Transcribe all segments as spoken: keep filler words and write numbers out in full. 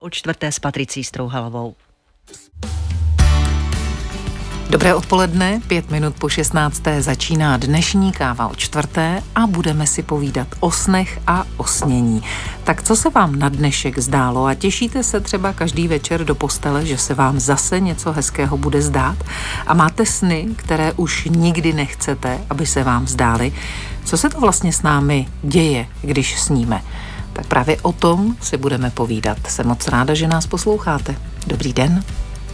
O čtvrté s Patricí Strouhalovou. Dobré odpoledne, pět minut po šestnácté začíná dnešní káva o čtvrté a budeme si povídat o snech a o snění. Tak co se vám na dnešek zdálo a těšíte se třeba každý večer do postele, že se vám zase něco hezkého bude zdát a máte sny, které už nikdy nechcete, aby se vám zdály? Co se to vlastně s námi děje, když sníme? Tak právě o tom si budeme povídat. Jsem moc ráda, že nás posloucháte. Dobrý den.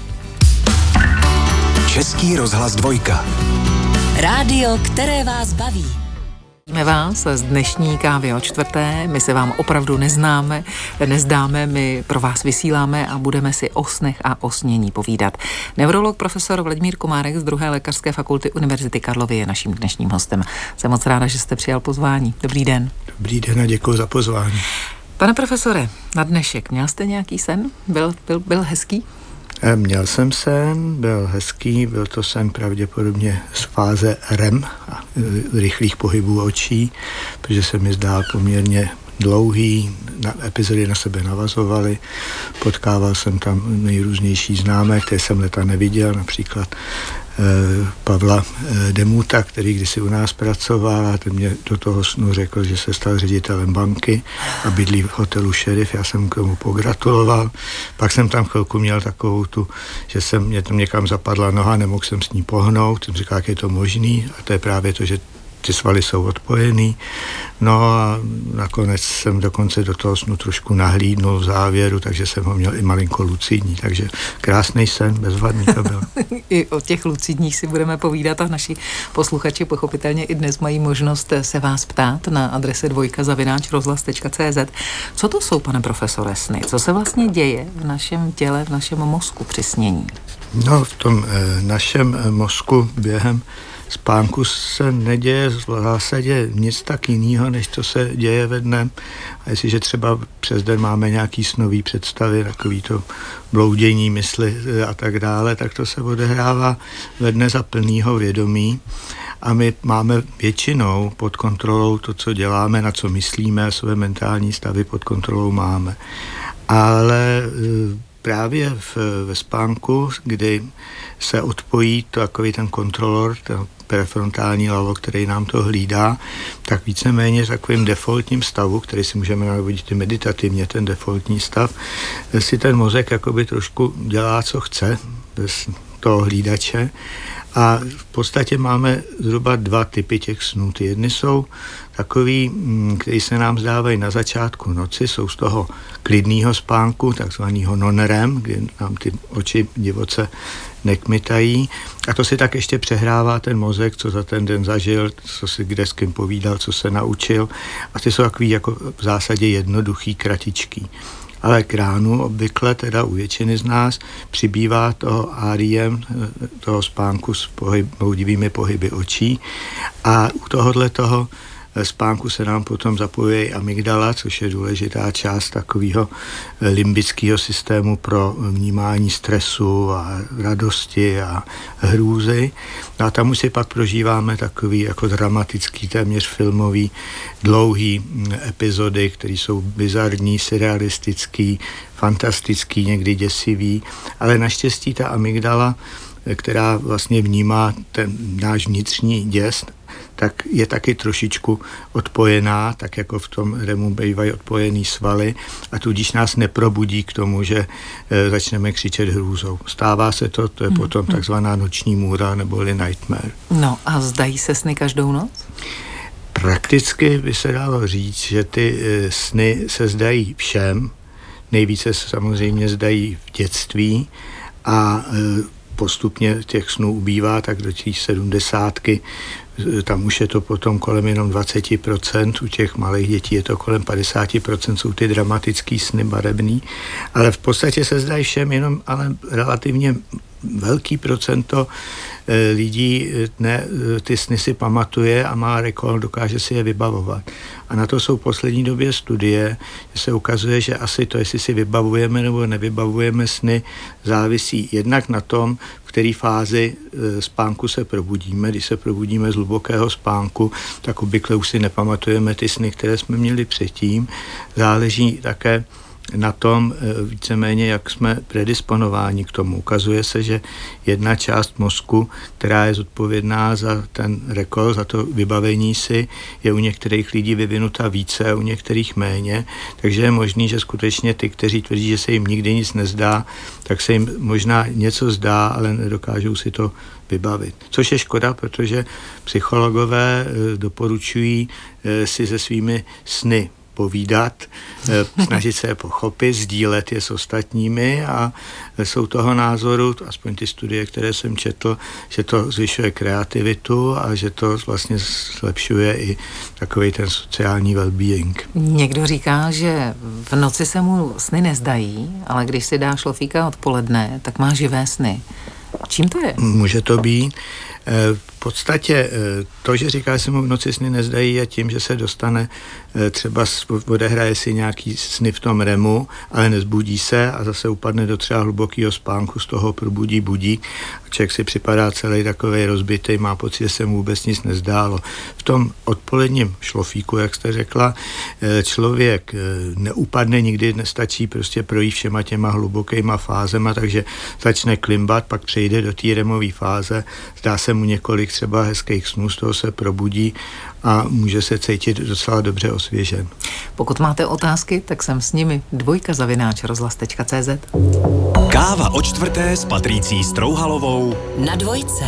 Český rozhlas dvojka. Rádio, které vás baví. Víme vás z dnešní kávy o čtvrté, my se vám opravdu neznáme, nezdáme, my pro vás vysíláme a budeme si o snech a o snění povídat. Neurolog profesor Vladimír Komárek z druhé lékařské fakulty Univerzity Karlovy je naším dnešním hostem. Jsem moc ráda, že jste přijal pozvání. Dobrý den. Dobrý den a děkuji za pozvání. Pane profesore, na dnešek měl jste nějaký sen? Byl, byl, byl hezký? Měl jsem sen, byl hezký, byl to sen pravděpodobně z fáze R E M a rychlých pohybů očí, protože se mi zdál poměrně dlouhý, na, epizody na sebe navazovaly, potkával jsem tam nejrůznější známé, které jsem leta neviděl, například Pavla Demuta, který kdysi u nás pracoval a ten mě do toho snu řekl, že se stal ředitelem banky a bydlí v hotelu Šerif. Já jsem k tomu pogratuloval. Pak jsem tam chvilku měl takovou tu, že jsem mě tam někam zapadla noha, nemohl jsem s ní pohnout. Jsem říkal, jak je to možný a to je právě to, že ty svaly jsou odpojený. No a nakonec jsem dokonce do toho snu trošku nahlídnul v závěru, takže jsem ho měl i malinko lucidní. Takže krásný sen, bezvadný to byl. I o těch lucidních si budeme povídat a naši posluchači pochopitelně i dnes mají možnost se vás ptát na adrese dvojka zavináč rozhlas tečka cé zet. Co to jsou, pane profesore, sny? Co se vlastně děje v našem těle, v našem mozku při snění? No, v tom e, našem mozku během spánku se neděje v zásadě nic tak jiného, než to se děje ve dne. A jestliže třeba přes den máme nějaký snový představy, takový to bloudění mysli a tak dále, tak to se odehrává ve dne za plnýho vědomí. A my máme většinou pod kontrolou to, co děláme, na co myslíme a své mentální stavy pod kontrolou máme. Ale právě v, ve spánku, kdy se odpojí to takový ten kontrolor, ten prefrontální lalo, který nám to hlídá, tak víceméně v takovým defaultním stavu, který si můžeme navodit i meditativně, ten defaultní stav, si ten mozek jakoby trošku dělá, co chce, bez toho hlídače. A v podstatě máme zhruba dva typy těch snů. Ty jedny jsou takový, který se nám zdávají na začátku noci, jsou z toho klidného spánku, takzvaného non-R E M, kdy nám ty oči divoce nekmitají. A to si tak ještě přehrává ten mozek, co za ten den zažil, co si kde s kým povídal, co se naučil. A ty jsou takový jako v zásadě jednoduchý, kratičký. Ale k ránu obvykle teda u většiny z nás přibývá toho R E M, toho spánku s pohyb, boudivými pohyby očí a u tohohle toho spánku se nám potom zapojuje amygdala, což je důležitá část takového limbického systému pro vnímání stresu a radosti a hrůzy. A tam už si pak prožíváme takový jako dramatický, téměř filmový, dlouhý epizody, které jsou bizarní, surrealistický, fantastický, někdy děsivý, ale naštěstí ta amygdala, která vlastně vnímá ten náš vnitřní děs, tak je taky trošičku odpojená, tak jako v tom R E M bývají odpojený svaly a tudíž nás neprobudí k tomu, že e, začneme křičet hrůzou. Stává se to, to je hmm. potom takzvaná noční můra neboli nightmare. No a zdají se sny každou noc? Prakticky by se dalo říct, že ty e, sny se zdají všem, nejvíce se samozřejmě zdají v dětství a e, postupně těch snů ubývá, tak do těch sedmdesátky, tam už je to potom kolem jenom dvacet procent, u těch malých dětí je to kolem padesát procent, jsou ty dramatický sny barevný, ale v podstatě se zdají všem, jenom ale relativně velký procento lidí ne, ty sny si pamatuje a má rekord, dokáže si je vybavovat. A na to jsou v poslední době studie, že se ukazuje, že asi to, jestli si vybavujeme nebo nevybavujeme sny, závisí jednak na tom, v které fázi spánku se probudíme. Když se probudíme z hlubokého spánku, tak obvykle už si nepamatujeme ty sny, které jsme měli předtím. Záleží také na tom víceméně, jak jsme predisponováni k tomu. Ukazuje se, že jedna část mozku, která je zodpovědná za ten rekol, za to vybavení si, je u některých lidí vyvinuta více, u některých méně, takže je možný, že skutečně ty, kteří tvrdí, že se jim nikdy nic nezdá, tak se jim možná něco zdá, ale nedokážou si to vybavit. Což je škoda, protože psychologové doporučují si se svými sny povídat, snažit se je pochopit, sdílet je s ostatními a jsou toho názoru, aspoň ty studie, které jsem četl, že to zvyšuje kreativitu a že to vlastně zlepšuje i takový ten sociální well-being. Někdo říká, že v noci se mu sny nezdají, ale když si dá šlofíka odpoledne, tak má živé sny. Čím to je? Může to být. V podstatě to, že říká, že se mu v noci sny nezdají, je tím, že se dostane, třeba odehraje si nějaký sny v tom remu, ale nezbudí se a zase upadne do třeba hlubokého spánku, z toho probudí budík. Člověk si připadá celý takovej rozbitý, má pocit, že se mu vůbec nic nezdálo. V tom odpoledním šlofíku, jak jste řekla, člověk neupadne nikdy, nestačí prostě projít všema těma hlubokýma fázema, takže začne klimbat, pak přejde do té remové fáze, zdá se mu několik třeba hezkých snů, z toho se probudí a může se cítit docela dobře osvěžen. Pokud máte otázky, tak jsem s nimi dvojka zavináč rozhlas tečka cé zet. Káva o čtvrté s Patricí Strouhalovou na dvojce.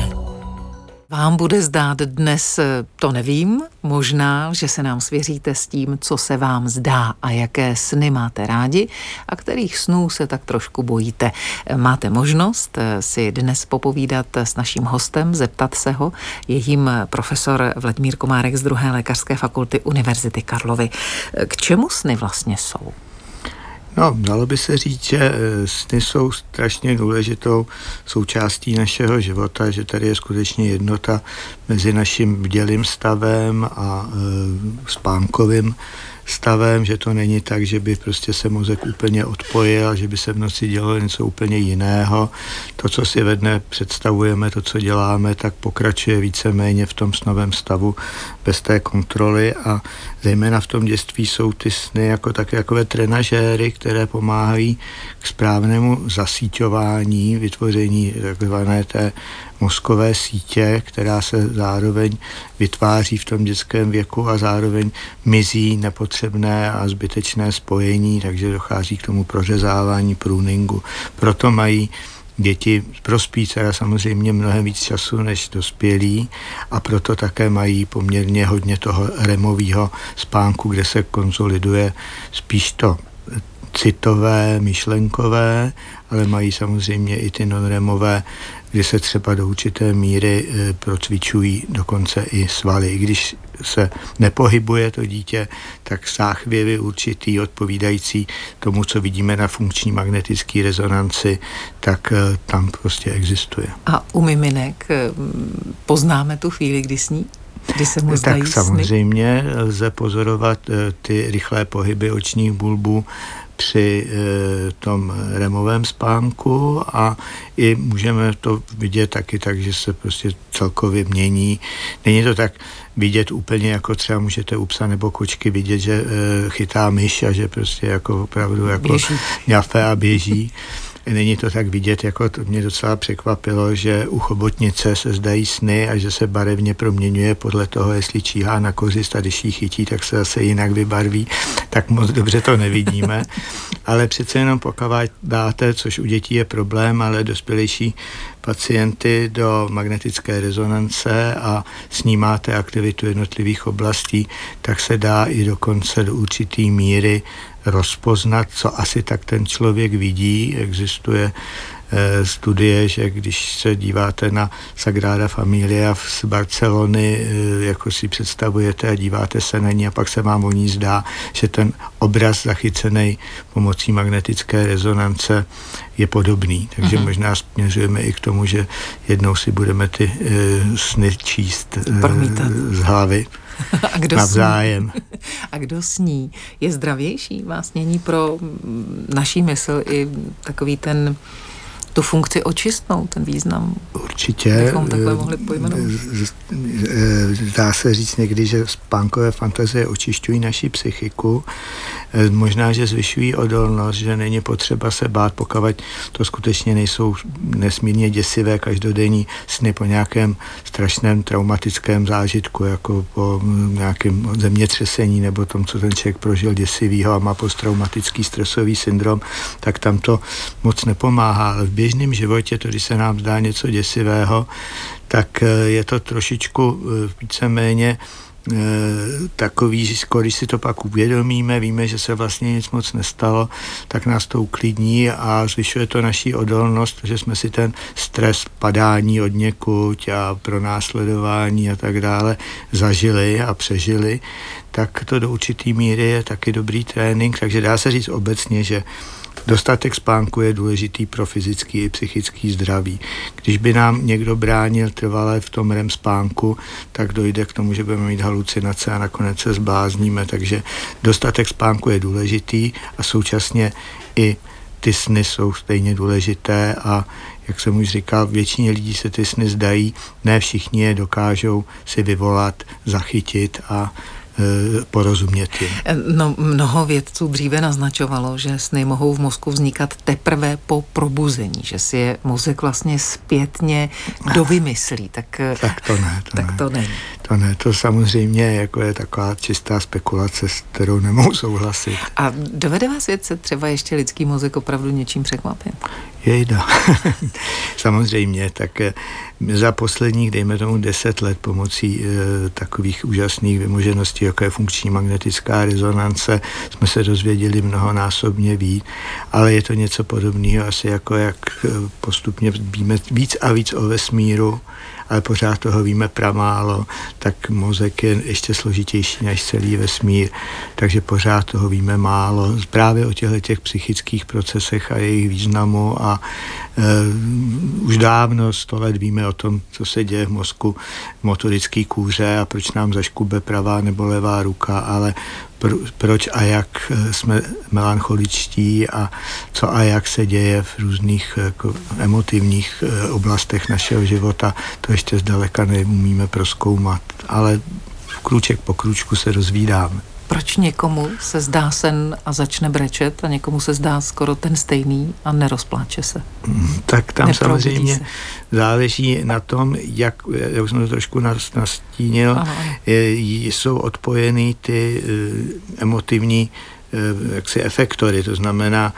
Vám bude zdát dnes, to nevím, možná, že se nám svěříte s tím, co se vám zdá a jaké sny máte rádi a kterých snů se tak trošku bojíte. Máte možnost si dnes popovídat s naším hostem, zeptat se ho. Je jím profesor Vladimír Komárek z druhé lékařské fakulty Univerzity Karlovy. K čemu sny vlastně jsou? No, dalo by se říct, že sny jsou strašně důležitou součástí našeho života, že tady je skutečně jednota mezi naším bdělým stavem a e, spánkovým stavem, že to není tak, že by prostě se mozek úplně odpojil, že by se v noci dělalo něco úplně jiného. To, co si ve dne představujeme, to, co děláme, tak pokračuje víceméně v tom snovém stavu bez té kontroly a zejména v tom dětství jsou ty sny jako také takové trenažéry, které pomáhají k správnému zasíťování, vytvoření takzvané té mozkové sítě, která se zároveň vytváří v tom dětském věku a zároveň mizí nepotřebné a zbytečné spojení, takže dochází k tomu prořezávání, pruningu. Proto mají děti pro spícera samozřejmě mnohem víc času než dospělí a proto také mají poměrně hodně toho remového spánku, kde se konsoliduje spíš to citové, myšlenkové, ale mají samozřejmě i ty non-remové, kdy se třeba do určité míry e, procvičují dokonce i svaly. I když se nepohybuje to dítě, tak záchvěvy určitý odpovídající tomu, co vidíme na funkční magnetické rezonanci, tak e, tam prostě existuje. A u miminek poznáme tu chvíli, kdy sní? Kdy se mu zdají tak samozřejmě sny? Lze pozorovat e, ty rychlé pohyby očních bulbů při e, tom removém spánku a i můžeme to vidět taky tak, že se prostě celkově mění. Není to tak vidět úplně jako třeba můžete u psa nebo kočky vidět, že e, chytá myš a že prostě jako opravdu jako ňafe a běží. Není to tak vidět, jako to mě docela překvapilo, že u chobotnice se zdají sny a že se barevně proměňuje podle toho, jestli číhá na kořist a když ji chytí, tak se zase jinak vybarví, tak moc dobře to nevidíme. Ale přece jenom pokud dáte, což u dětí je problém, ale dospělejší pacienty do magnetické rezonance a snímáte aktivitu jednotlivých oblastí, tak se dá i dokonce do určité míry rozpoznat, co asi tak ten člověk vidí. Existuje e, studie, že když se díváte na Sagrada Familia z Barcelony, e, jako si představujete a díváte se na ní a pak se vám o ní zdá, že ten obraz zachycený pomocí magnetické rezonance je podobný. Takže uh-huh. možná směřujeme i k tomu, že jednou si budeme ty e, sny číst e, z hlavy. A kdo navzájem. Sní? A kdo sní? Je zdravější? Má snění pro naší mysl i takový ten, tu funkci očistnout, ten význam? Určitě. Bychom takhle mohli pojmenovat. Dá se říct někdy, že spánkové fantazie očišťují naši psychiku. Možná, že zvyšují odolnost, že není potřeba se bát, pokud to skutečně nejsou nesmírně děsivé každodenní sny po nějakém strašném traumatickém zážitku, jako po nějakém zemětřesení nebo tom, co ten člověk prožil děsivýho a má posttraumatický stresový syndrom, tak tam to moc nepomáhá. Ale v běžném životě, to, když se nám zdá něco děsivého, tak je to trošičku víceméně takový, že když si to pak uvědomíme, víme, že se vlastně nic moc nestalo, tak nás to uklidní a zvyšuje to naši odolnost, že jsme si ten stres padání od někud a pronásledování a tak dále zažili a přežili, tak to do určitý míry je taky dobrý trénink, takže dá se říct obecně, že dostatek spánku je důležitý pro fyzický i psychický zdraví. Když by nám někdo bránil trvale v tom R E M spánku, tak dojde k tomu, že budeme mít halucinace a nakonec se zblázníme, takže dostatek spánku je důležitý a současně i ty sny jsou stejně důležité a jak jsem už říkal, většině lidí se ty sny zdají, ne všichni je dokážou si vyvolat, zachytit a porozumět jim. No, mnoho vědců dříve naznačovalo, že sny mohou v mozku vznikat teprve po probuzení, že si je mozek vlastně zpětně dovymyslí. Tak, tak to ne. To tak ne. to není. To ne, to samozřejmě jako je taková čistá spekulace, s kterou nemohu souhlasit. A dovede vás věc se třeba ještě lidský mozek opravdu něčím překvapit? Jejda. Samozřejmě, tak za posledních, dejme tomu deset let pomocí e, takových úžasných vymožeností, jako je funkční magnetická rezonance, jsme se dozvěděli mnohonásobně víc, ale je to něco podobného asi jako jak postupně víme víc a víc o vesmíru, ale pořád toho víme pramálo, tak mozek je ještě složitější než celý vesmír, takže pořád toho víme málo. Právě o těchto těch psychických procesech a jejich významu a e, už dávno, sto let víme o tom, co se děje v mozku, motorický kůře a proč nám zaškube pravá nebo levá ruka, ale pro, proč a jak jsme melancholičtí a co a jak se děje v různých jako, emotivních oblastech našeho života, to ještě zdaleka neumíme prozkoumat, ale krůček po krůčku se rozvídáme. Proč někomu se zdá sen a začne brečet a někomu se zdá skoro ten stejný a nerozpláče se? Tak tam Neprobudí samozřejmě se. Záleží na tom, jak, jak jsem to trošku nastínil, ano, ano. Jsou odpojeny ty emotivní jaksi efektory, to znamená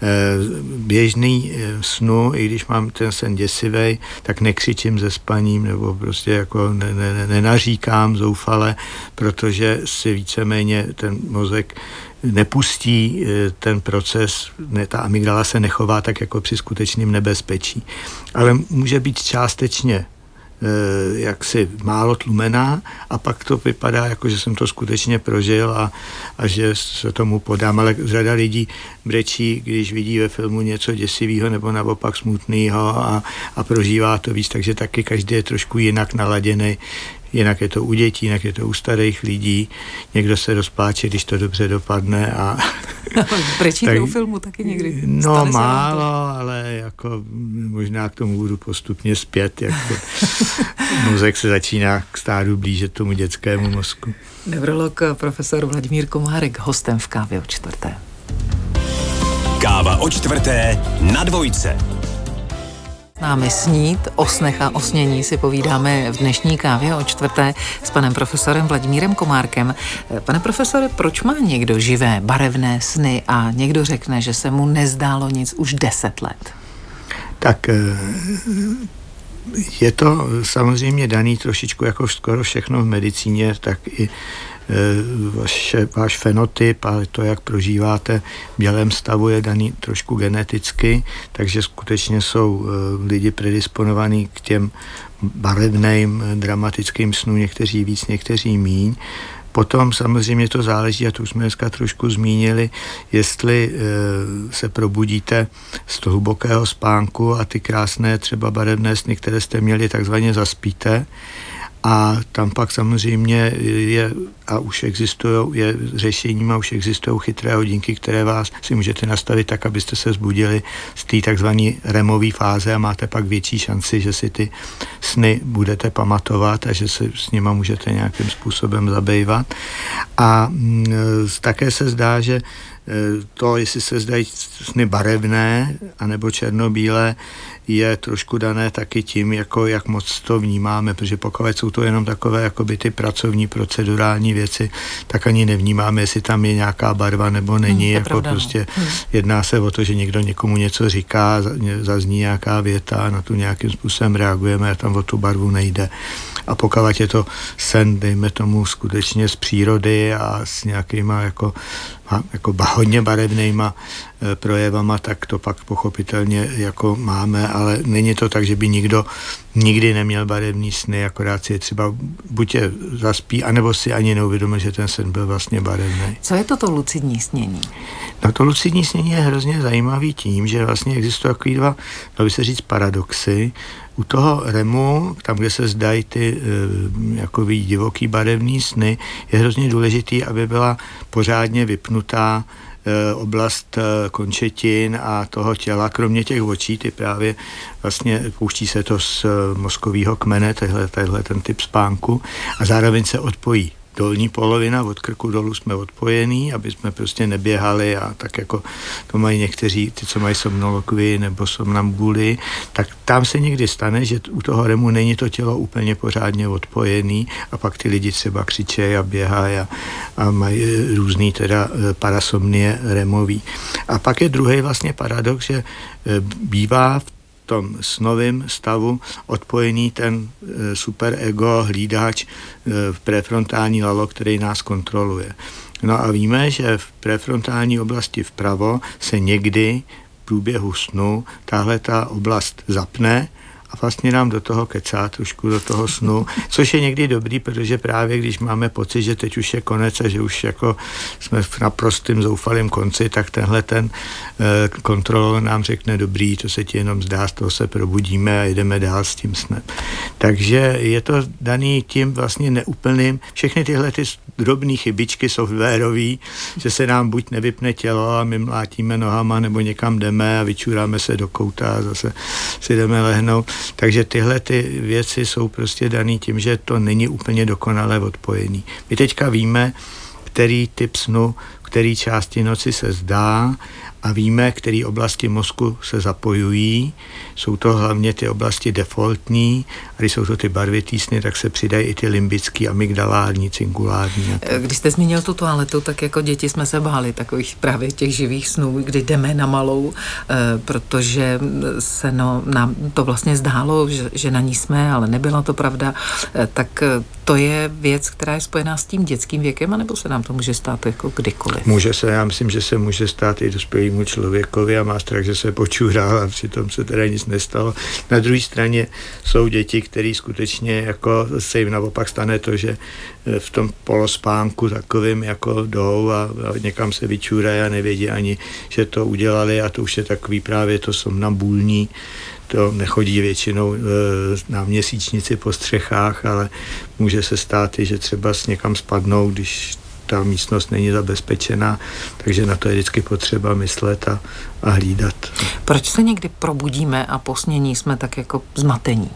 běžný snu, i když mám ten sen děsivej, tak nekřičím ze spaním nebo prostě jako ne, ne, nenaříkám zoufale, protože si víceméně ten mozek nepustí ten proces, ne, ta amygdala se nechová tak jako při skutečném nebezpečí. Ale může být částečně jaksi málo tlumená a pak to vypadá jako, že jsem to skutečně prožil a, a že se tomu podám, ale řada lidí brečí, když vidí ve filmu něco děsivého nebo naopak smutného a, a prožívá to víc, takže taky každý je trošku jinak naladěný. Jinak je to u dětí, jinak je to u starých lidí. Někdo se rozpláče, když to dobře dopadne. A brečíte tak, u filmu taky někdy? No málo, ale jako možná k tomu budu postupně zpět. Jako mozek se začíná k stádu blížit tomu dětskému mozku. Neurolog profesor Vladimír Komárek, hostem v Kávě o čtvrté. Káva o čtvrté na Dvojce. Námi snít, o snech a o snění si povídáme v dnešní Kávě o čtvrté s panem profesorem Vladimírem Komárkem. Pane profesore, proč má někdo živé, barevné sny a někdo řekne, že se mu nezdálo nic už deset let? Tak je to samozřejmě daný trošičku jako skoro všechno v medicíně, tak i vaše, váš fenotyp a to, jak prožíváte v bělém stavu, je daný trošku geneticky, takže skutečně jsou lidi predisponovaní k těm barevným, dramatickým snům, někteří víc, někteří míň. Potom samozřejmě to záleží, a to už jsme dneska trošku zmínili, jestli e, se probudíte z toho hlubokého spánku a ty krásné třeba barevné sny, které jste měli, takzvaně zaspíte, A tam pak samozřejmě je, a už existují, je řešením a už existují chytré hodinky, které vás si můžete nastavit tak, abyste se zbudili z té takzvané remové fáze a máte pak větší šanci, že si ty sny budete pamatovat a že se s nima můžete nějakým způsobem zabývat. A m, také se zdá, že to, jestli se zdají sny barevné anebo černobílé, je trošku dané taky tím, jako jak moc to vnímáme, protože pokud jsou to jenom takové jakoby ty pracovní procedurální věci, tak ani nevnímáme, jestli tam je nějaká barva nebo není, hmm, jako pravda, prostě hmm. jedná se o to, že někdo někomu něco říká, zazní nějaká věta a na tu nějakým způsobem reagujeme a tam o tu barvu nejde. A pokud je to sen, dejme tomu skutečně z přírody a s nějakýma jako, jako hodně barevnýma e, projevama, tak to pak pochopitelně jako máme, ale není to tak, že by nikdo nikdy neměl barevný sny, akorát si je třeba buď je zaspí, anebo si ani neuvědomil, že ten sen byl vlastně barevný. Co je to to lucidní snění? No to lucidní snění je hrozně zajímavý tím, že vlastně existují takový dva, dalo by se říct, paradoxy. U toho remu, tam, kde se zdají ty e, jakoby divoký barevný sny, je hrozně důležitý, aby byla pořádně vypnutá e, oblast e, končetin a toho těla, kromě těch očí, ty právě vlastně pouští se to z e, mozkového kmene, tehle, tehle ten typ spánku a zároveň se odpojí dolní polovina, od krku dolů jsme odpojení, aby jsme prostě neběhali a tak jako to mají někteří, ty, co mají somnolokvii nebo somnambuly, tak tam se někdy stane, že u toho remu není to tělo úplně pořádně odpojený a pak ty lidi třeba křičejí a běhají a, a mají různý teda parasomnie remový. A pak je druhý vlastně paradox, že bývá v tom snovém stavu odpojený ten e, superego hlídač e, v prefrontální lalo, který nás kontroluje. No a víme, že v prefrontální oblasti vpravo se někdy v průběhu snu tahle ta oblast zapne a vlastně nám do toho kecá trošku do toho snu, což je někdy dobrý, protože právě když máme pocit, že teď už je konec a že už jako jsme v naprostém zoufalém konci, tak tenhle ten e, kontrolor nám řekne dobrý, to se ti jenom zdá, z toho se probudíme a jdeme dál s tím snem. Takže je to daný tím vlastně neúplným, všechny tyhle ty drobné chybičky softwarový, že se nám buď nevypne tělo a my mlátíme nohama nebo někam jdeme a vyčuráme se do kouta a zase si jdeme lehnout. Takže tyhle ty věci jsou prostě daný tím, že to není úplně dokonale odpojený. My teďka víme, který typ snu, který části noci se zdá a víme, které oblasti mozku se zapojují. Jsou to hlavně ty oblasti defaultní, a když jsou to ty barvitý sny, tak se přidají i ty limbický, amygdalární, cingulární. Když jste zmínil tu toaletu, tak jako děti jsme se báli takových právě těch živých snů, kdy jdeme na malou, protože se no, nám to vlastně zdálo, že, že na ní jsme, ale nebyla to pravda. Tak to je věc, která je spojená s tím dětským věkem, anebo se nám to může stát jako kdykoliv? Může se, já myslím, že se může stát i dospělému člověkovi a má strach, že se počůral a přitom se teda nic nestalo. Na druhé straně jsou děti, který skutečně jako se jim naopak stane to, že v tom polospánku takovým jako jdou a, a někam se vyčůrají a nevědí ani, že to udělali a to už je takový právě to somnambulní. To nechodí většinou e, na měsíčnici po střechách, ale může se stát i, že třeba s někam spadnou, když ta místnost není zabezpečená, takže na to je vždycky potřeba myslet a, a hlídat. Proč se někdy probudíme a po snění jsme tak jako zmatení?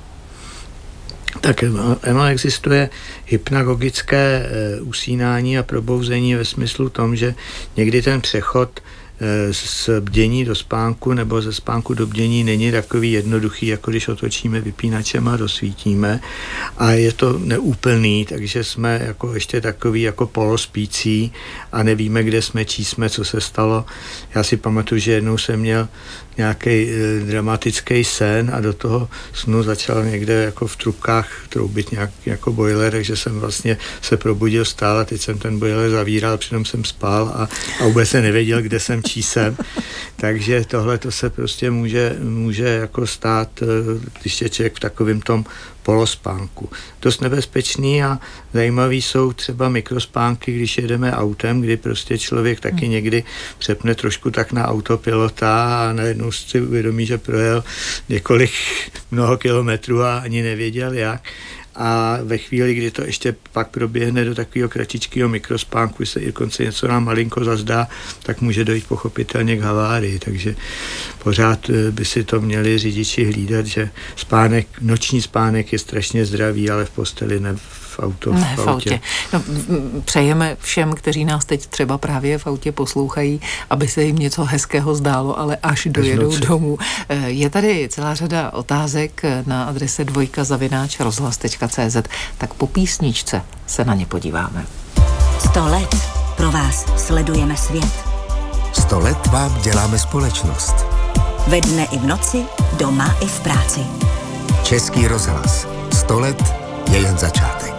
Tak ono existuje hypnagogické e, usínání a probouzení ve smyslu tom, že někdy ten přechod z bdění do spánku nebo ze spánku do bdění není takový jednoduchý, jako když otočíme vypínačem a rozsvítíme a je to neúplný, takže jsme jako ještě takový jako polospící a nevíme, kde jsme, čí jsme, co se stalo. Já si pamatuju, že jednou jsem měl nějaký e, dramatický sen a do toho snu začal někde jako v trubkách troubit nějak jako boiler, takže jsem vlastně se probudil, stál a teď jsem ten boiler zavíral, přitom jsem spal a, a vůbec se nevěděl, kde jsem, čí jsem. Takže tohle to se prostě může, může jako stát, když je člověk v takovém tom polospánku. Dost nebezpečný a zajímavý jsou třeba mikrospánky, když jedeme autem, kdy prostě člověk taky někdy přepne trošku tak na autopilota a najednou si uvědomí, že projel několik mnoho kilometrů a ani nevěděl jak. a ve chvíli, kdy to ještě pak proběhne do takového kratičkého mikrospánku, se i konce něco nám malinko zazdá, tak může dojít pochopitelně k havárii, takže pořád by si to měli řidiči hlídat, že spánek, noční spánek je strašně zdravý, ale v posteli ne v, auto, ne v v autě. autě. No, přejeme všem, kteří nás teď třeba právě v autě poslouchají, aby se jim něco hezkého zdálo, ale až dojedou domů. Je tady celá řada otázek na adrese dvojka zavináč rozhlas tečka cé zet, tak po písničce se na ně podíváme. Sto let pro vás sledujeme svět. Sto let vám děláme společnost. Ve dne i v noci, doma i v práci. Český rozhlas. Sto let je jen začátek.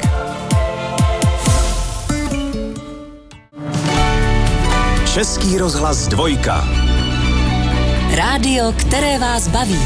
Český rozhlas dvojka. Rádio, které vás baví.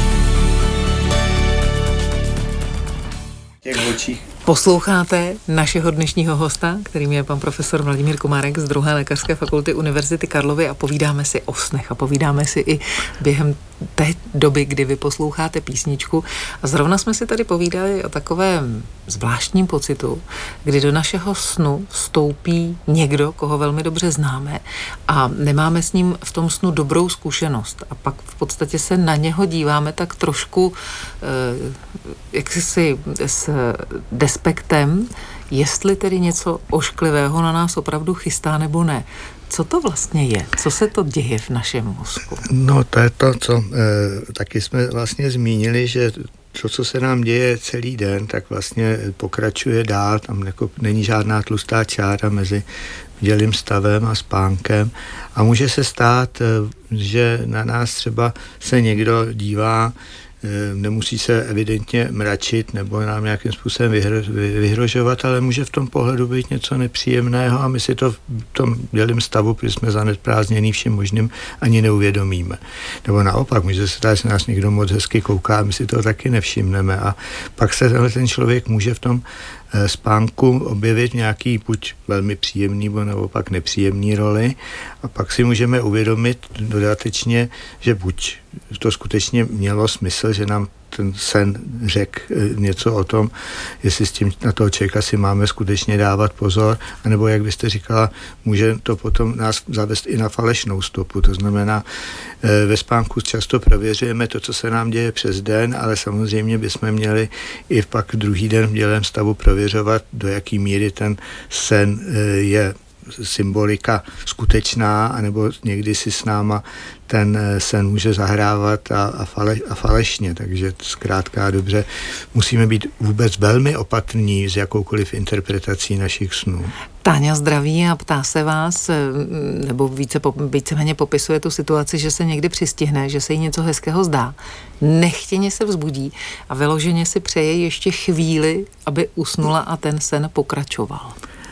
Těch očích. Posloucháte našeho dnešního hosta, kterým je pan profesor Vladimír Komárek z druhé lékařské fakulty Univerzity Karlovy a povídáme si o snech a povídáme si i během té doby, kdy vy posloucháte písničku. A zrovna jsme si tady povídali o takovém zvláštním pocitu, kdy do našeho snu vstoupí někdo, koho velmi dobře známe a nemáme s ním v tom snu dobrou zkušenost. A pak v podstatě se na něho díváme tak trošku eh, jak si s despektem, jestli tedy něco ošklivého na nás opravdu chystá nebo ne. Co to vlastně je? Co se to děje v našem mozku? No to je to, co e, taky jsme vlastně zmínili, že to, co se nám děje celý den, tak vlastně pokračuje dál, tam jako není žádná tlustá čára mezi bdělým stavem a spánkem a může se stát, že na nás třeba se někdo dívá, nemusí se evidentně mračit nebo nám nějakým způsobem vyhro, vyhrožovat, ale může v tom pohledu být něco nepříjemného a my si to v tom bdělém stavu, protože jsme zaneprázdněný vším možným, ani neuvědomíme. Nebo naopak, může se stát, že nás někdo moc hezky kouká a my si to taky nevšimneme a pak se tenhle ten člověk může v tom spánku objevit nějaký buď velmi příjemný, nebo naopak nepříjemný roli a pak si můžeme uvědomit dodatečně, že buď to skutečně mělo smysl, že nám ten sen řekl něco o tom, jestli s tím na toho člověka si máme skutečně dávat pozor, anebo jak byste říkala, může to potom nás zavést i na falešnou stopu. To znamená, ve spánku často prověřujeme to, co se nám děje přes den, ale samozřejmě bychom měli i pak druhý den v bdělém stavu prověřovat, do jaký míry ten sen je symbolika skutečná, anebo někdy si s náma ten sen může zahrávat a, a, fale, a falešně, takže zkrátka dobře musíme být vůbec velmi opatrní s jakoukoliv interpretací našich snů. Táňa zdraví a ptá se vás, nebo více, víceméně popisuje tu situaci, že se někdy přistihne, že se jí něco hezkého zdá, nechtěně se vzbudí a vyloženě si přeje ještě chvíli, aby usnula a ten sen pokračoval.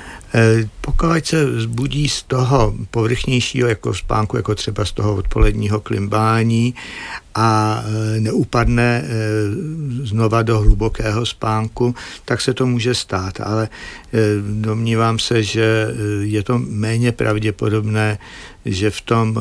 Pokud se vzbudí z toho povrchnějšího jako spánku, jako třeba z toho odpoledního klimbání a neupadne znova do hlubokého spánku, tak se to může stát, ale domnívám se, že je to méně pravděpodobné, že v tom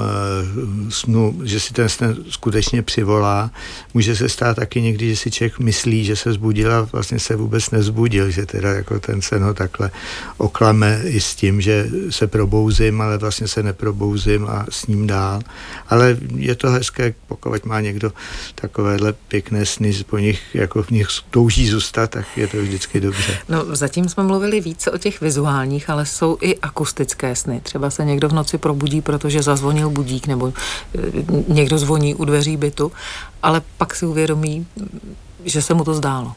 snu, že si ten sen skutečně přivolá. Může se stát taky někdy, že si člověk myslí, že se zbudil a vlastně se vůbec nezbudil, že teda jako ten sen ho takhle oklame i s tím, že se probouzím, ale vlastně se neprobouzím a s ním dál. Ale je to hezké, pokud má někdo takovéhle pěkné sny, po nich, jako v nich touží zůstat, tak je to vždycky dobře. No, zatím jsme mluvili více o těch vizuálních, ale jsou i akustické sny. Třeba se někdo v noci probudí, protože zazvonil budík, nebo někdo zvoní u dveří bytu, ale pak si uvědomí, že se mu to zdálo.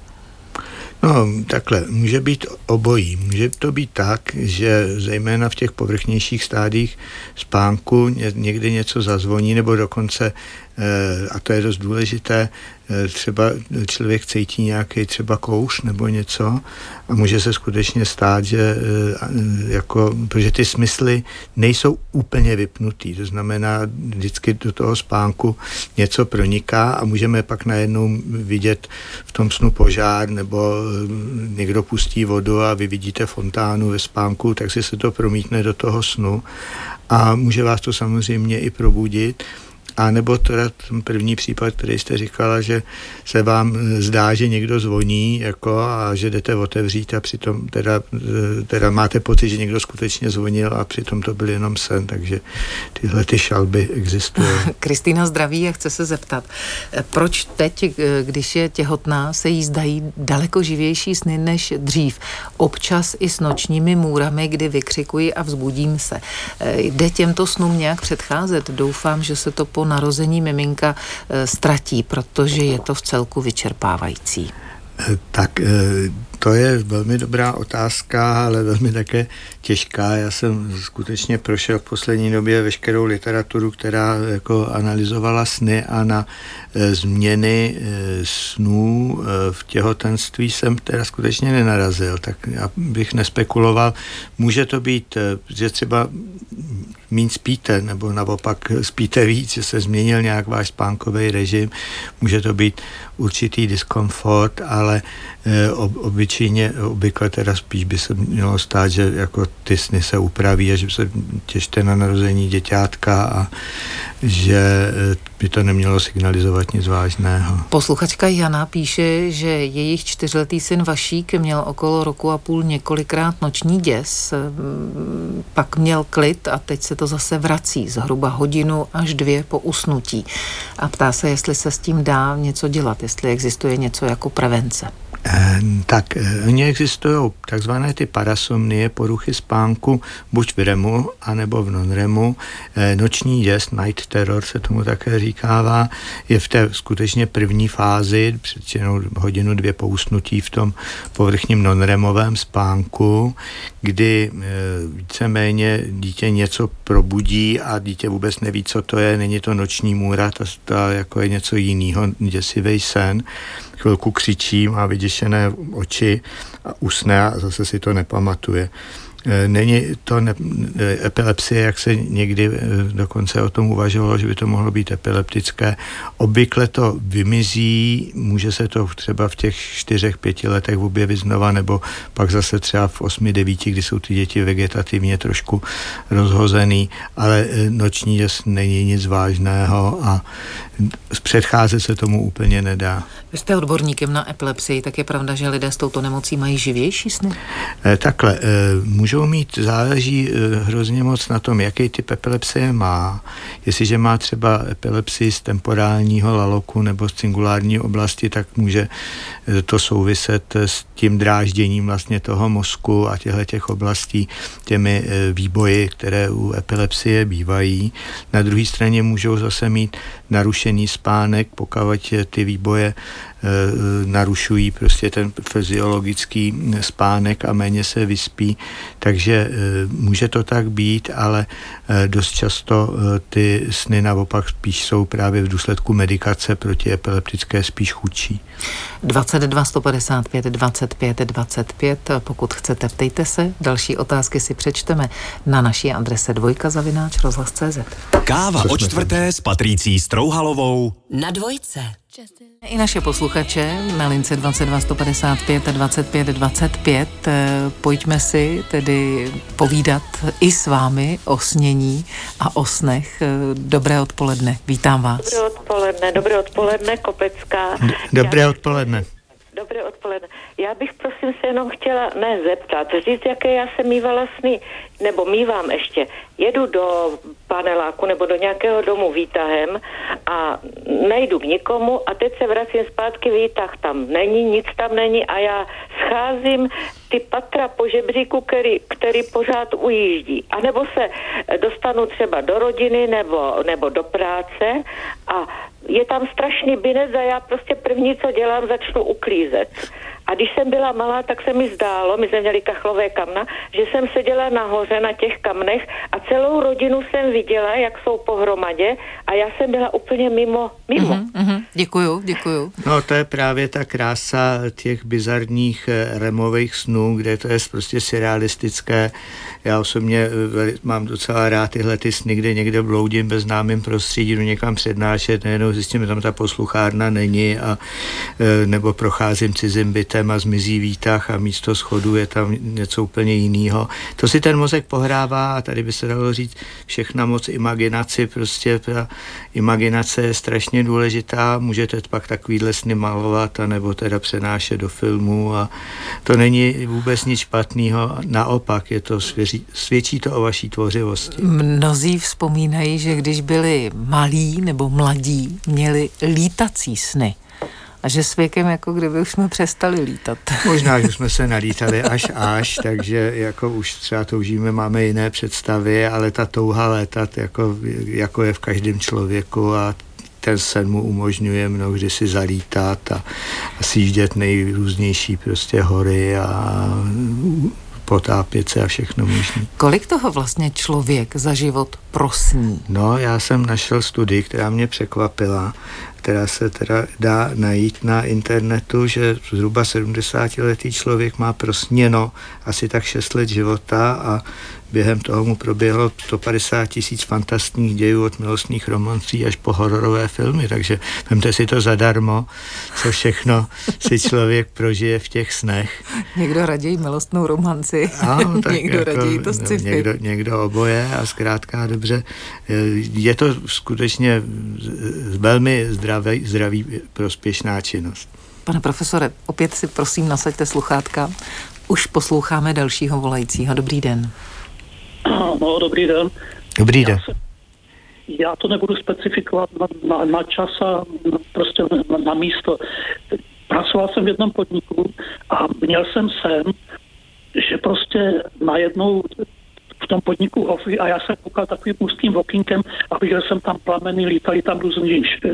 No, takhle, může být obojí. Může to být tak, že zejména v těch povrchnějších stádích spánku někdy něco zazvoní, nebo dokonce, a to je dost důležité, třeba člověk cítí nějaký třeba kouř nebo něco a může se skutečně stát, že jako, protože ty smysly nejsou úplně vypnutý, to znamená vždycky do toho spánku něco proniká a můžeme pak najednou vidět v tom snu požár nebo někdo pustí vodu a vy vidíte fontánu ve spánku, tak si se to promítne do toho snu a může vás to samozřejmě i probudit. A nebo teda ten první případ, který jste říkala, že se vám zdá, že někdo zvoní jako a že jdete otevřít a přitom teda, teda máte pocit, že někdo skutečně zvonil a přitom to byl jenom sen, takže tyhle ty šalby existují. Kristýna zdraví a chce se zeptat, proč teď, když je těhotná, se jí zdají daleko živější sny než dřív? Občas i s nočními můrami, kdy vykřikuji a vzbudím se. Jde těmto snům nějak předcházet? Doufám, že se to po narození miminka ztratí, protože je to v celku vyčerpávající. Tak to je velmi dobrá otázka, ale velmi také těžká. Já jsem skutečně prošel v poslední době veškerou literaturu, která jako analyzovala sny a na změny snů v těhotenství jsem teda skutečně nenarazil, tak já bych nespekuloval. Může to být, že třeba míň spíte, nebo naopak spíte víc, že se změnil nějak váš spánkový režim, může to být určitý diskomfort, ale obyčejně, obvykle teda spíš by se mělo stát, že jako ty sny se upraví a že se těšte na narození děťátka a že by to nemělo signalizovat nic vážného. Posluchačka Jana píše, že jejich čtyřletý syn Vašík měl okolo roku a půl několikrát noční děs, pak měl klid a teď se to zase vrací zhruba hodinu až dvě po usnutí. A ptá se, jestli se s tím dá něco dělat, jestli existuje něco jako prevence. Tak, oni existují takzvané ty parasomnie, poruchy spánku, buď v REMu, anebo v non-REMu. Noční děs, night terror se tomu také říkává, je v té skutečně první fázi, přečenou hodinu, dvě po usnutí v tom povrchním non-REMovém spánku, kdy víceméně dítě něco probudí a dítě vůbec neví, co to je, není to noční můra, to, to jako je něco jiného, děsivý sen. Chvilku křičí, má vyděšené oči a usne a zase si to nepamatuje. Není to ne, epilepsie, jak se někdy dokonce o tom uvažovalo, že by to mohlo být epileptické. Obvykle to vymizí, může se to třeba v těch čtyřech, pěti letech objevit znova, nebo pak zase třeba v osmi, devíti, kdy jsou ty děti vegetativně trošku rozhozený, ale noční děs není nic vážného a předcházet se tomu úplně nedá. Vy jste odborníkem na epilepsii, tak je pravda, že lidé s touto nemocí mají živější sny? Takhle, můžou mít, záleží hrozně moc na tom, jaký typ epilepsie má. Jestliže má třeba epilepsii z temporálního laloku nebo z cingulární oblasti, tak může to souviset s tím drážděním vlastně toho mozku a těchto těch oblastí těmi výboji, které u epilepsie bývají. Na druhé straně můžou zase mít narušený spánek, pokud ty výboje narušují prostě ten fyziologický spánek a méně se vyspí, takže může to tak být, ale dost často ty sny naopak spíš jsou právě v důsledku medikace protiepileptické spíš chudší. dvacet dva sto padesát pět dvacet pět dvacet pět, pokud chcete, ptejte se, další otázky si přečteme na naší adrese dvojka zavináč rozhlas tečka cé zet. Káva o čtvrté s Patricí Strouhalovou Na dvojce. I naše posluchače na lince dvacet dva sto padesát pět dvacet pět dvacet pět. Pojďme si tedy povídat i s vámi o snění a o snech. Dobré odpoledne, vítám vás. Dobré odpoledne, dobré odpoledne, Kopecká. Dobré já odpoledne. Dobré odpoledne. Já bych prosím se jenom chtěla, ne zeptat, říct, jaké já jsem mývala sny, nebo mývám ještě. Jedu do paneláku nebo do nějakého domu výtahem a nejdu k nikomu a teď se vracím zpátky, výtah tam není, nic tam není a já scházím ty patra po žebříku, který, který pořád ujíždí. A nebo se dostanu třeba do rodiny nebo, nebo do práce a je tam strašný binec a já prostě první, co dělám, začnu uklízet. A když jsem byla malá, tak se mi zdálo, my jsme měli kachlové kamna, že jsem seděla nahoře na těch kamnech a celou rodinu jsem viděla, jak jsou pohromadě a já jsem byla úplně mimo. mimo. Uhum, uhum. Děkuju, děkuju. No to je právě ta krása těch bizarních remových snů, kde to je prostě surrealistické. Já osobně mám docela rád tyhle ty sny, kde někde bloudím bez známým prostředí, jdu někam přednášet, nejenom zjistím, že tam ta posluchárna není a nebo procházím cizím bytem téma zmizí výtah a místo schodu je tam něco úplně jiného. To si ten mozek pohrává a tady by se dalo říct všechna moc imaginaci, prostě ta imaginace je strašně důležitá, můžete pak takovýhle sny malovat a nebo teda přenášet do filmu a to není vůbec nic špatného, naopak je to svěří, svědčí to o vaší tvořivosti. Mnozí vzpomínají, že když byli malí nebo mladí, měli lítací sny. A že s věkem, jako kdyby už jsme přestali lítat. Možná, že jsme se nalítali až až, takže jako už třeba toužíme, máme jiné představy, ale ta touha létat jako, jako je v každém člověku a ten sen mu umožňuje mnohdy si zalítat a, a sjíždět nejrůznější prostě hory a potápět se a všechno možné. Kolik toho vlastně člověk za život prosní? No, já jsem našel studii, která mě překvapila, která se teda dá najít na internetu, že zhruba sedmdesátiletý člověk má prosněno asi tak šest let života a během toho mu proběhlo sto padesát tisíc fantastních dějů od milostných romancí až po hororové filmy, takže vemte si to zadarmo, co všechno si člověk prožije v těch snech. Někdo raději milostnou romanci, ano, tak někdo jako, raději to sci-fi. Někdo, někdo oboje a zkrátka dobře. Je to skutečně velmi zdravý, zdravý prospěšná činnost. Pane profesore, opět si prosím nasaďte sluchátka. Už posloucháme dalšího volajícího. Dobrý den. No, dobrý den. Dobrý den. Já, se, já to nebudu specifikovat na, na, na čas a na, prostě na, na místo. Pracoval jsem v jednom podniku a měl jsem sen, že prostě najednou v tom podniku ofy a já jsem koukal takovým úzkým okýnkem a viděl jsem tam plameny, lítali tam různý e,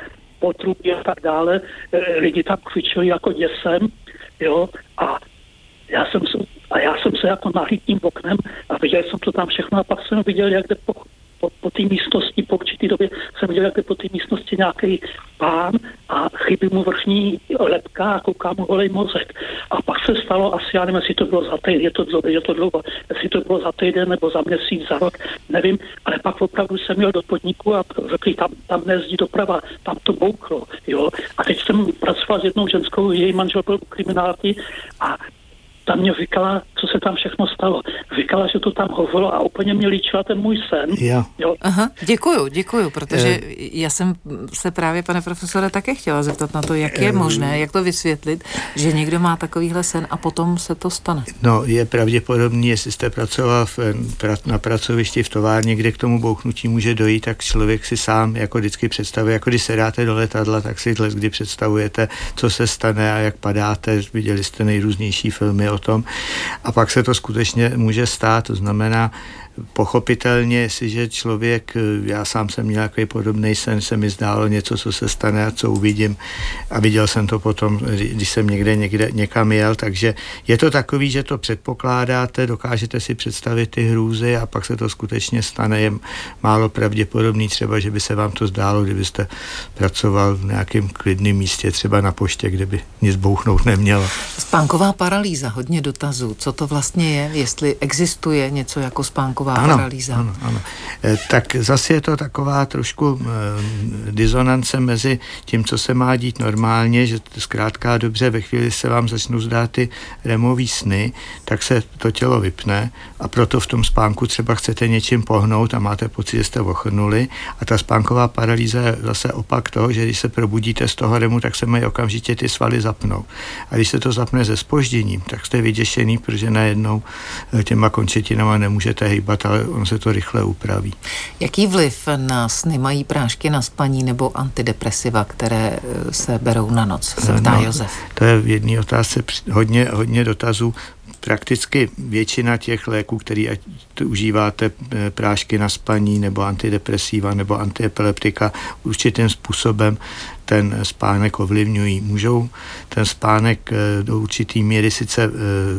potrubí a tak dále. E, lidi tam kvičeli jako děsem, jo, a já jsem se, a já jsem se jako nahlídl tím oknem a viděl jsem to tam všechno a pak jsem viděl, jak jde po, po, po té místnosti, po určitý době jsem viděl, jak jde po té místnosti nějaký pán a chybí mu vrchní lebka a kouká mu holej mozek. A pak se stalo asi, já nevím, jestli to bylo za týden, je to dlouho, je to dlouho, jestli to bylo za týden nebo za měsíc, za rok, nevím, ale pak opravdu jsem měl do podniku a řekli, tam, tam nejezdí doprava, tam to bouchlo, jo. A teď jsem pracoval s jednou ženskou, její manžel byl u kriminálky a tam mě říkala, co se tam všechno stalo. Říkala, že to tam hovorilo a úplně mě líčila ten můj sen. Jo. Jo. Aha, děkuju, děkuju, protože e... já jsem se právě, pane profesore, také chtěla zeptat na to, jak je e... možné, jak to vysvětlit, že někdo má takovýhle sen a potom se to stane. No, je pravděpodobný, jestli jste pracoval v, na pracovišti v továrně, kde k tomu bouchnutí může dojít, tak člověk si sám jako vždycky představuje, jako když se dáte do letadla, tak si kdy představujete, co se stane a jak padáte. Viděli jste nejrůznější filmy o tom. A pak se to skutečně může stát, to znamená, pochopitelně, jestliže člověk, já sám jsem měl takový podobný sen, se mi zdálo něco, co se stane a co uvidím a viděl jsem to potom, když jsem někde, někde někam jel, takže je to takový, že to předpokládáte, dokážete si představit ty hrůzy a pak se to skutečně stane, je málo pravděpodobný třeba, že by se vám to zdálo, kdybyste pracoval v nějakém klidném místě, třeba na poště, kde by nic bouchnout nemělo. Spánková paralýza, hodně dotazů, co to vlastně je, jestli existuje něco jako spánková ano, paralýza. Ano, ano. E, tak zase je to taková trošku e, disonance mezi tím, co se má dít normálně, že zkrátka dobře, ve chvíli se vám začnou zdát ty remový sny, tak se to tělo vypne a proto v tom spánku třeba chcete něčím pohnout a máte pocit, že jste ochrnuli a ta spánková paralýza je zase opak toho, že když se probudíte z toho remu, tak se mají okamžitě ty svaly zapnout. A když se to zapne se zpožděním, tak jste vyděšený, protože najednou těma končetinama nemůžete hejbat, ale on se to rychle upraví. Jaký vliv na sny mají prášky na spaní nebo antidepresiva, které se berou na noc, se ptá no, Josef. To je v jedné otázce hodně, hodně dotazů. Prakticky většina těch léků, které užíváte, prášky na spaní nebo antidepresiva nebo antiepileptika, určitým způsobem ten spánek ovlivňují. Můžou ten spánek do určitý míry sice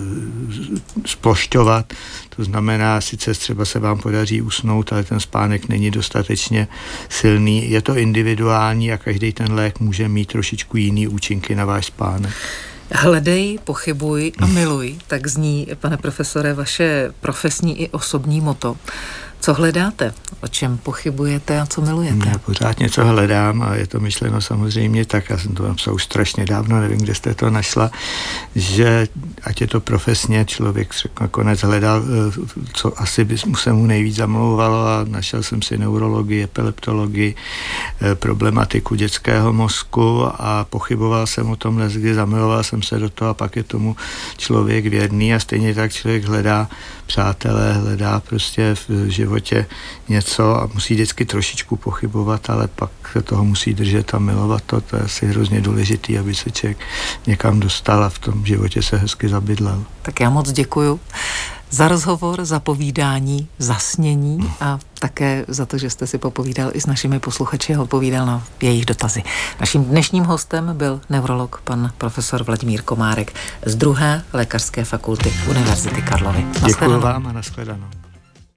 splošťovat, to znamená, sice třeba se vám podaří usnout, ale ten spánek není dostatečně silný. Je to individuální a každý ten lék může mít trošičku jiný účinky na váš spánek. Hledej, pochybuj a miluj, tak zní, pane profesore, vaše profesní i osobní motto. Co hledáte? O čem pochybujete a co milujete? Já pořád něco hledám a je to myšleno samozřejmě tak, já jsem to napsal už strašně dávno, nevím, kde jste to našla, že ať je to profesně, člověk nakonec hledal, co asi by se mu nejvíc zamlouvalo a našel jsem si neurologii, epileptologii, problematiku dětského mozku a pochyboval jsem o tom, kdy zamiloval jsem se do toho a pak je tomu člověk věrný a stejně tak člověk hledá přátelé, hledá prostě v životě něco a musí vždycky trošičku pochybovat, ale pak se toho musí držet a milovat to. To je asi hrozně důležitý, aby se člověk někam dostal a v tom životě se hezky zabydlel. Tak já moc děkuju za rozhovor, za povídání, za snění a také za to, že jste si popovídal i s našimi posluchači a odpovídal na jejich dotazy. Naším dnešním hostem byl neurolog pan profesor Vladimír Komárek z druhé lékařské fakulty Univerzity Karlovy. Děkuji vám a nashledanou.